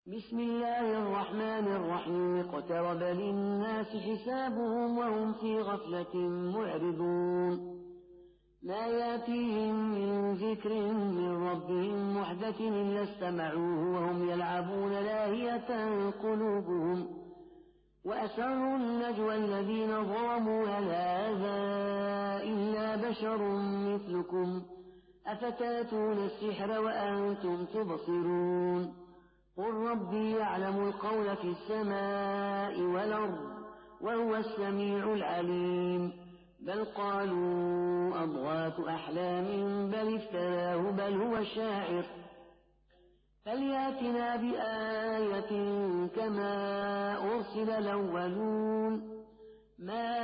بسم الله الرحمن الرحيم. اقترب للناس حسابهم وهم في غفلة معرضون. لا يأتيهم من ذكر من ربهم محدث إلا استمعوه وهم يلعبون لاهية قلوبهم وأسروا النجوى الذين ظلموا هل هذا إلا بشر مثلكم أفتاتون السحر وأنتم تبصرون. قل ربي يعلم القول في السماء والأرض وهو السميع العليم. بل قالوا أضغاث أحلام بل افتراه بل هو شاعر فلياتنا بآية كما أرسل الأولون. ما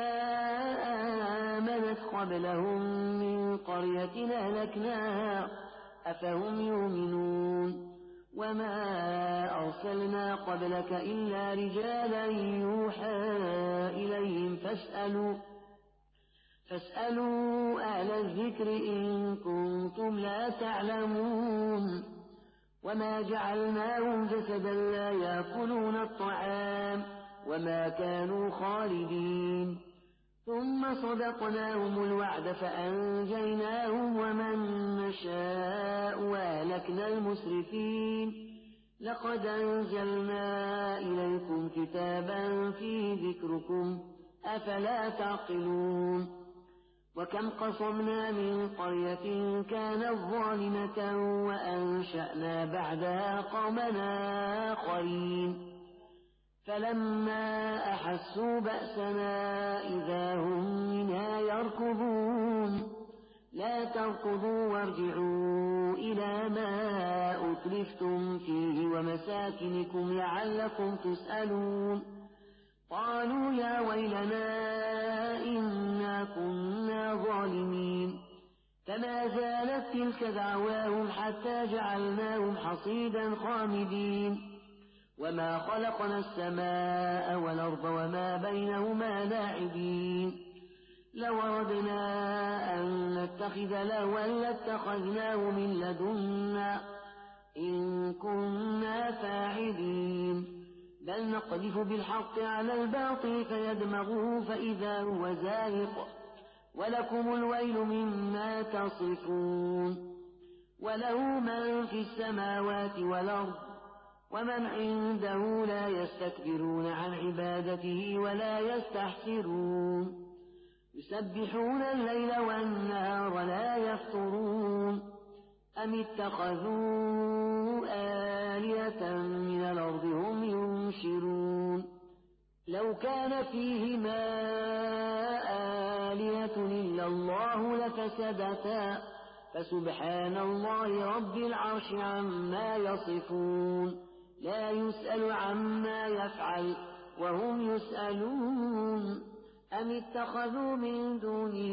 آمنت قبلهم من قرية أهلكناها أفهم يؤمنون. وما أرسلنا قبلك إلا رجالا يوحى إليهم فاسألوا أهل الذكر إن كنتم لا تعلمون. وما جعلناهم جسدا لا يأكلون الطعام وما كانوا خالدين. ثم صدقناهم الوعد فأنجيناهم ومن نشاء وأهلكنا المسرفين. لقد أنزلنا إليكم كتابا فيه ذكركم أفلا تعقلون. وكم قصمنا من قرية كانت ظالمة وأنشأنا بعدها قومنا آخرين فلما أحسوا بأسنا إذا هم منها يركضون. لا تركضوا وارجعوا إلى ما أتلفتم فيه ومساكنكم لعلكم تسألون. قالوا يا ويلنا إنا كنا ظالمين. فما زالت تلك دعواهم حتى جعلناهم حصيدا خامدين. وما خلقنا السماء والأرض وما بينهما لاعبين. لو أردنا أن نتخذ لهوا لاتخذناه من لدنا إن كنا فاعلين. بل نقذف بالحق على الباطل فيدمغه فإذا هو زاهق ولكم الويل مما تصفون. وله من في السماوات والأرض ومن عنده لا يستكبرون عن عبادته ولا يستحسرون. يسبحون الليل والنهار لا يفترون. أم اتخذوا آلهة من الأرض هم ينشرون. لو كان فيهما آلهة إلا الله لفسدتا فسبحان الله رب العرش عما يصفون. لا يسأل عما يفعل وهم يسألون. أم اتخذوا من دونه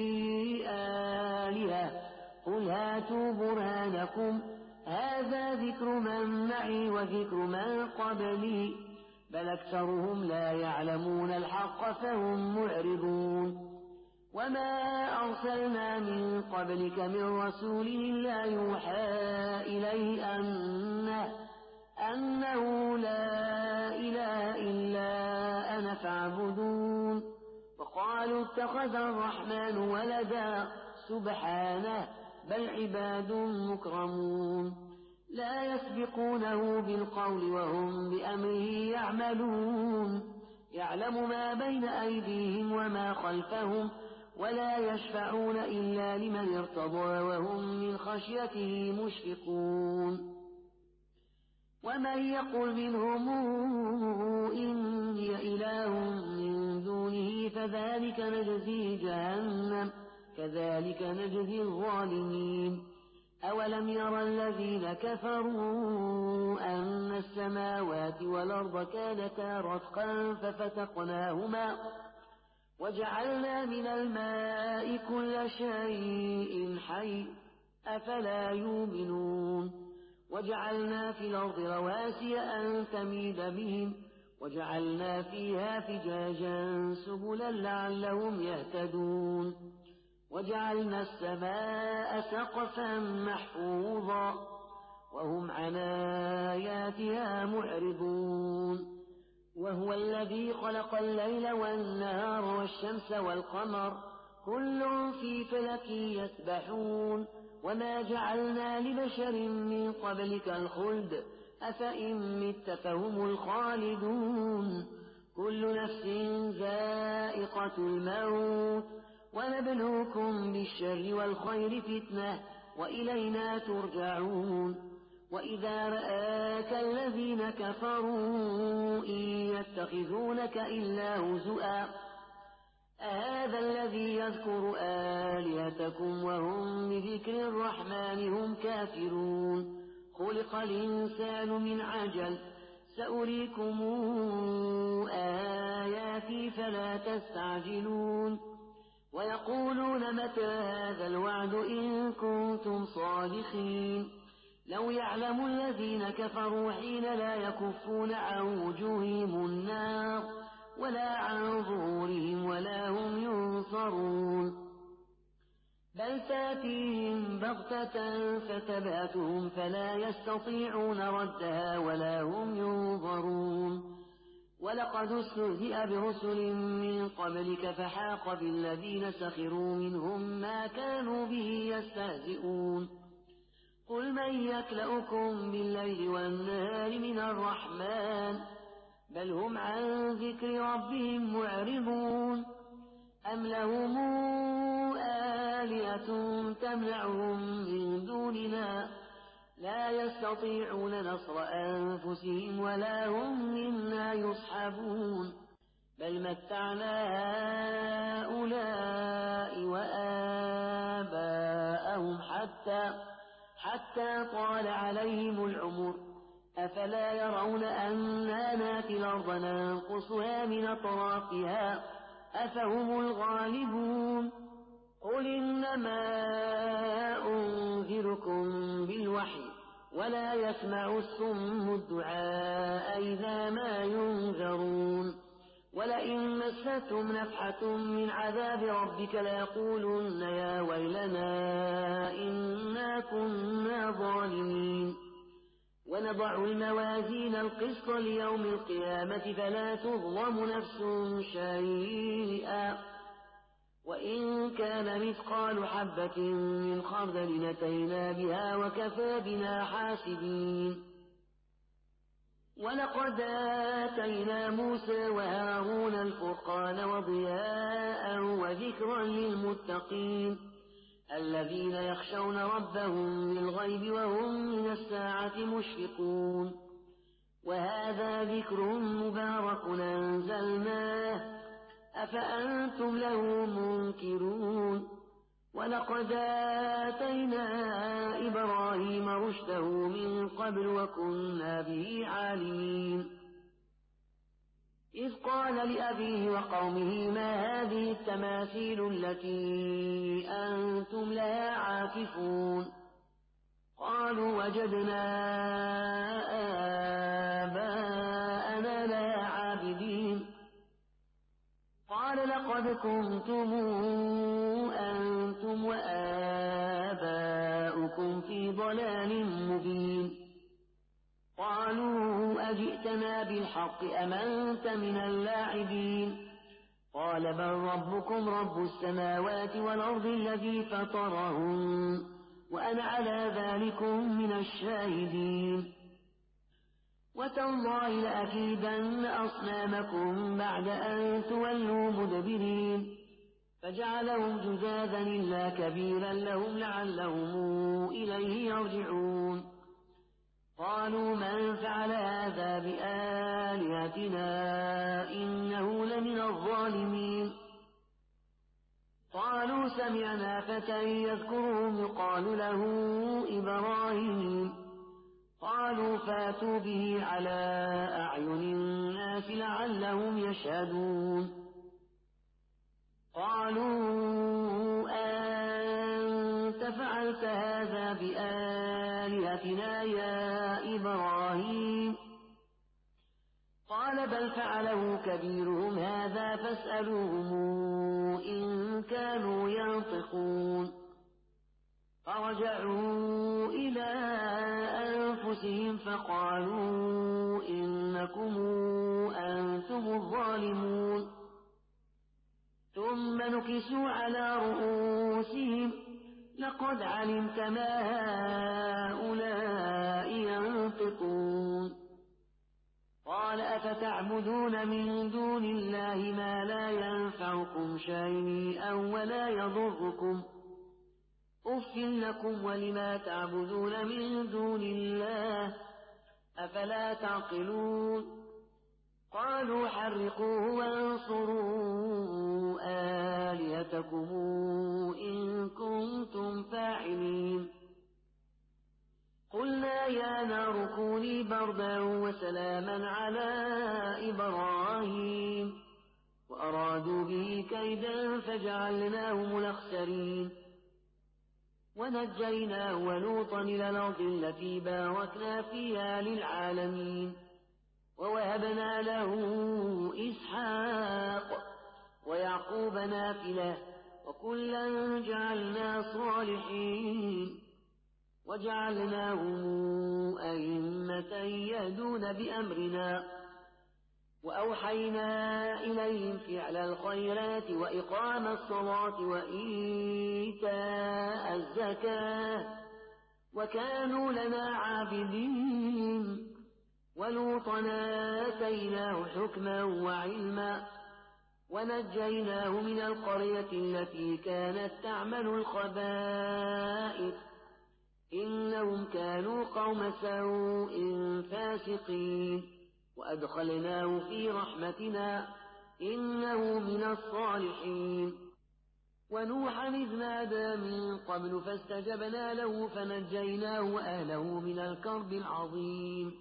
آلهة قل هاتوا برهانكم هذا ذكر من معي وذكر من قبلي بل أكثرهم لا يعلمون الحق فهم معرضون. وما أرسلنا من قبلك من رسول إلا يوحى إليه أنه لا إله إلا أنا فاعبدون. وقالوا اتخذ الرحمن ولدا سبحانه بل عباد مكرمون. لا يسبقونه بالقول وهم بأمره يعملون. يعلم ما بين أيديهم وما خلفهم ولا يشفعون إلا لمن ارتضى وهم من خشيته مشفقون. ومن يقل منهم إني إله من دونه فذلك نجزيه جهنم كذلك نجزي الظالمين. أولم ير الذين كفروا أن السماوات والأرض كانتا رتقا ففتقناهما وجعلنا من الماء كل شيء حي أفلا يؤمنون. وجعلنا في الأرض رواسي أن تميد بهم وجعلنا فيها فجاجا سبلا لعلهم يهتدون. وجعلنا السماء سقفا محفوظا وهم عن آياتها معرضون وهو الذي خلق الليل والنهار والشمس والقمر كل في فلك يسبحون وما جعلنا لبشر من قبلك الخلد أفإن مت فهم الخالدون كل نفس ذائقة الموت ونبلوكم بالشر والخير فتنة وإلينا ترجعون وإذا رآك الذين كفروا إن يتخذونك إلا هزؤا أهذا الذي يذكر آلهتكم وهم بذكر الرحمن هم كافرون خلق الإنسان من عجل سأريكم آياتي فلا تستعجلون ويقولون متى هذا الوعد إن كنتم صادقين لو يعلم الذين كفروا حين لا يكفون عن وجوههم النار ولا عن ظهورهم ولا هم ينصرون بل تأتيهم بغتة فتبهتهم فلا يستطيعون ردها ولا هم ينظرون ولقد استهزئ برسل من قبلك فحاق بالذين سخروا منهم ما كانوا به يستهزئون قل من يكلؤكم بالليل والنهار من الرحمن بل هم عن ذكر ربهم معرضون أم لهم آلهة تمنعهم من دوننا لا يستطيعون نصر أنفسهم ولا هم منا يصحبون بل متعنا هؤلاء وآباءهم حتى طال عليهم العمر أفلا يرون أنا ناتي الأرض ننقصها من أطرافها أفهم الغالبون قل إنما أنذركم بالوحي ولا يسمع الصم الدعاء إذا ما ينذرون ولئن مستهم نفحة من عذاب ربك ليقولن يا ويلنا إنا كنا ظالمين ونضع الموازين القسط ليوم القيامة فلا تظلم نفس شيئا وإن كان مثقال حبة من خردل أتينا بها وكفى بنا حاسبين ولقد آتينا موسى وهارون الفرقان وضياء وذكرا للمتقين الذين يخشون ربهم بالغيب وهم من الساعة مشفقون وهذا ذكر مبارك أنزلناه أفأنتم له منكرون ولقد آتينا إبراهيم رشده من قبل وكنا به عالمين إذ قال لأبيه وقومه ما هذه التماثيل التي أنتم لها عاكفون قالوا وجدنا آباءنا لها عابدين قال لقد كنتم أنتم وآباؤكم في ضلال مبين قالوا أجئتنا بالحق أم أنت من اللاعبين قال بل ربكم رب السماوات والأرض الذي فطرهن وأنا على ذلكم من الشاهدين وتالله لأكيدن أصنامكم بعد أن تولوا مدبرين فجعلهم جذاذا إلا كبيرا لهم لعلهم إليه يرجعون قالوا من فعل هذا بآلهتنا إنه لمن الظالمين قالوا سمعنا فتى يذكرهم يقال له إبراهيم قالوا فاتوا به على أعين الناس لعلهم يشهدون قالوا أنت فعلت هذا بآلهتنا يا إبراهيم قال بل فعله كبيرهم هذا فاسألوهم إن كانوا ينطقون فرجعوا إلى أنفسهم فقالوا إنكم أنتم الظالمون ثم نكسوا على رؤوسهم لقد علمت ما هؤلاء ينطقون قال أفتعبدون من دون الله ما لا ينفعكم شيئا ولا يضركم أف لكم ولما تعبدون من دون الله أفلا تعقلون قالوا حرقوه وانصروا آلهتكم إن كنتم فاعلين قلنا يا نار كوني بردا وسلاما على إبراهيم وأرادوا به كيدا فجعلناهم الأخسرين ونجيناه ولوطا إلى الأرض التي باركنا فيها للعالمين ووهبنا له إسحاق ويعقوب نافلة وكلا جعلنا صالحين وجعلناهم أئمة يهدون بأمرنا وأوحينا إليهم فعل الخيرات وإقام الصلاة وإيتاء الزكاة وكانوا لنا عابدين ولوطا آتيناه حكما وعلما ونجيناه من القرية التي كانت تعمل الخبائث إنهم كانوا قوم سوء فاسقين وأدخلناه في رحمتنا إنه من الصالحين ونوحا إذ نادى من قبل فاستجبنا له فنجيناه وأهله من الكرب العظيم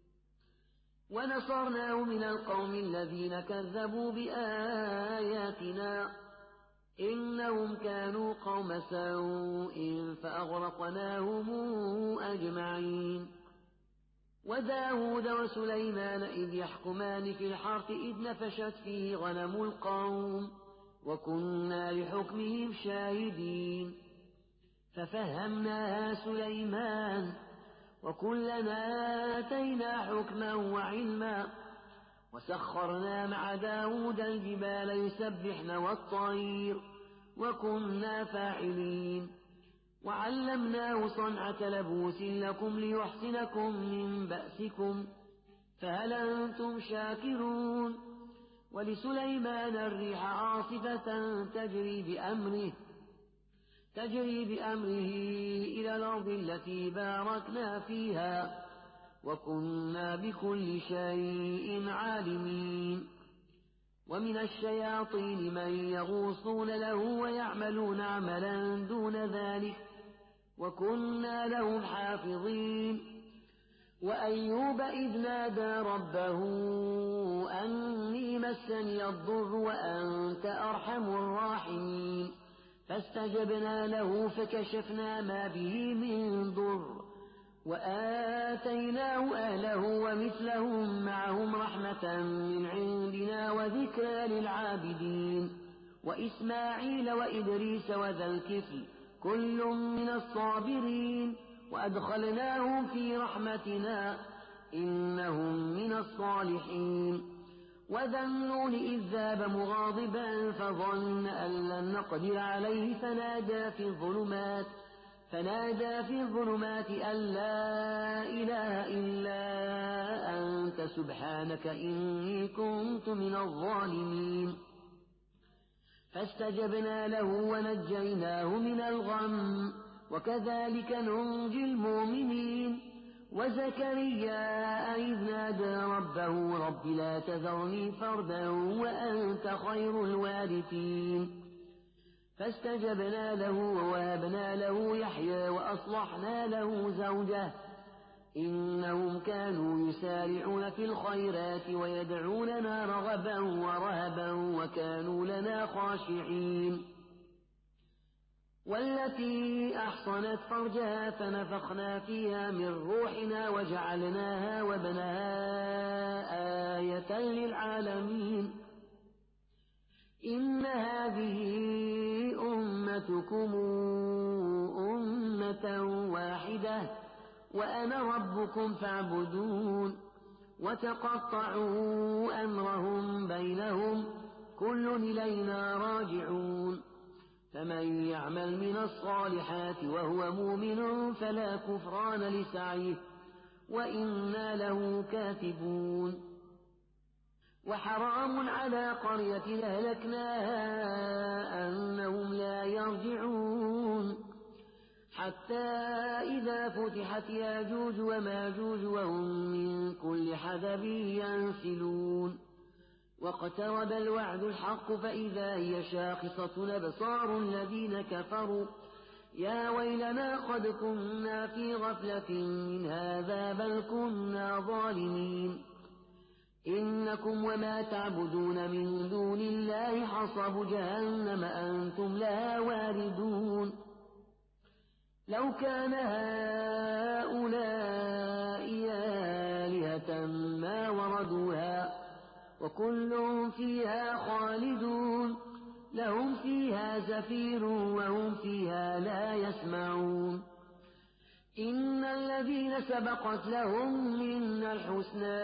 ونصرناه من القوم الذين كذبوا بآياتنا إنهم كانوا قوم سوء فأغرقناهم أجمعين وداود وسليمان إذ يحكمان في الحرث إذ نفشت فيه غنم القوم وكنا لحكمهم شاهدين ففهمناها سليمان وكلنا آتينا حكما وعلما وسخرنا مع داود الجبال يسبحن والطير وكنا فاعلين وعلمناه صنعة لبوس لكم ليحسنكم من بأسكم فهل أنتم شاكرون ولسليمان الريح عاصفة تجري بأمره إلى الأرض التي باركنا فيها وكنا بكل شيء عالمين ومن الشياطين من يغوصون له ويعملون عملا دون ذلك وكنا لهم حافظين وأيوب إذ نادى ربه أني مسني الضر وأنت أرحم الراحمين فاستجبنا له فكشفنا ما به من ضر وآتيناه أهله ومثلهم معهم رحمة من عندنا وذكرى للعابدين وإسماعيل وإدريس وذا الكفل كل من الصابرين وأدخلناهم في رحمتنا إنهم من الصالحين وذا النون إذ ذهب مغاضبا فظن أن لن نقدر عليه فنادى في الظلمات أن لا إله إلا أنت سبحانك إني كنت من الظالمين فاستجبنا له ونجيناه من الغم وكذلك ننجي المؤمنين وزكريا إذ نادى ربه رب لا تذرني فردا وأنت خير الوارثين فاستجبنا له ووهبنا له يحيى وأصلحنا له زوجه إنهم كانوا يسارعون في الخيرات ويدعوننا رغبا ورهبا وكانوا لنا خاشعين والتي أحصنت فرجها فنفخنا فيها من روحنا وجعلناها وابنها آية للعالمين إن هذه أمتكم أمة كلمة واحدة وأنا ربكم فاعبدون وتقطعوا أمرهم بينهم كل إلينا راجعون فمن يعمل من الصالحات وهو مؤمن فلا كفران لسعيه وإنا له كاتبون وحرام على قرية أهلكناها أنهم لا يرجعون حتى إذا فتحت ياجوج وماجوج وهم من كل حدب ينسلون واقترب الوعد الحق فإذا هي شاخصة أبصار الذين كفروا يا ويلنا قد كنا في غفلة من هذا بل كنا ظالمين إنكم وما تعبدون من دون الله حصب جهنم أنتم لها واردون لو كان هؤلاء آلهة ما وردوها وكل فيها خالدون لهم فيها زفير وهم فيها لا يسمعون إن الذين سبقت لهم منا الحسنى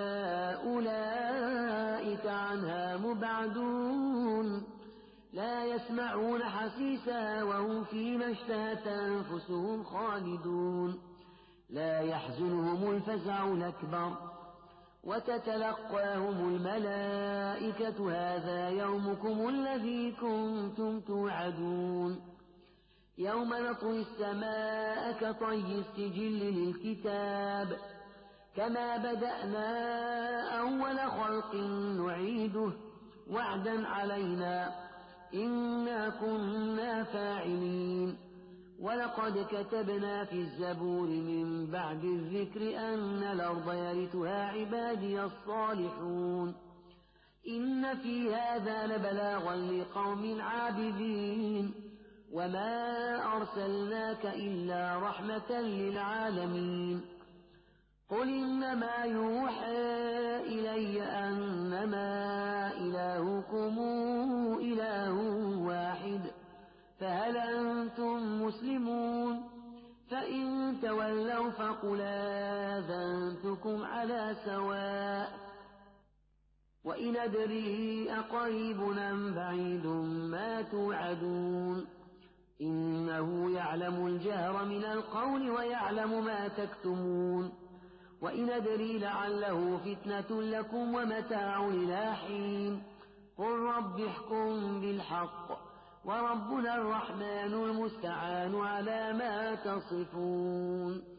أولئك عنها مبعدون لا يسمعون حسيسها وهم فيما اشتهت أنفسهم خالدون لا يحزنهم الفزع الأكبر وتتلقاهم الملائكة هذا يومكم الذي كنتم توعدون يوم نطوي السماء كطي السجل للكتاب كما بدأنا أول خلق نعيده وعدا علينا إنا كنا فاعلين ولقد كتبنا في الزبور من بعد الذكر أن الأرض يرثها عبادي الصالحون إن في هذا لبلاغا لقوم عابدين وما أرسلناك إلا رحمة للعالمين قل إنما يوحى إلي أنما إلهكم إله واحد فهل أنتم مسلمون فإن تولوا فقل آذنتكم على سواء وإن أدري أقريب أم بعيد ما توعدون إنه يعلم الجهر من القول ويعلم ما تكتمون وإن أدري لعله فتنة لكم ومتاع إلى حين قل رب احكم بالحق وربنا الرحمن المستعان على ما تصفون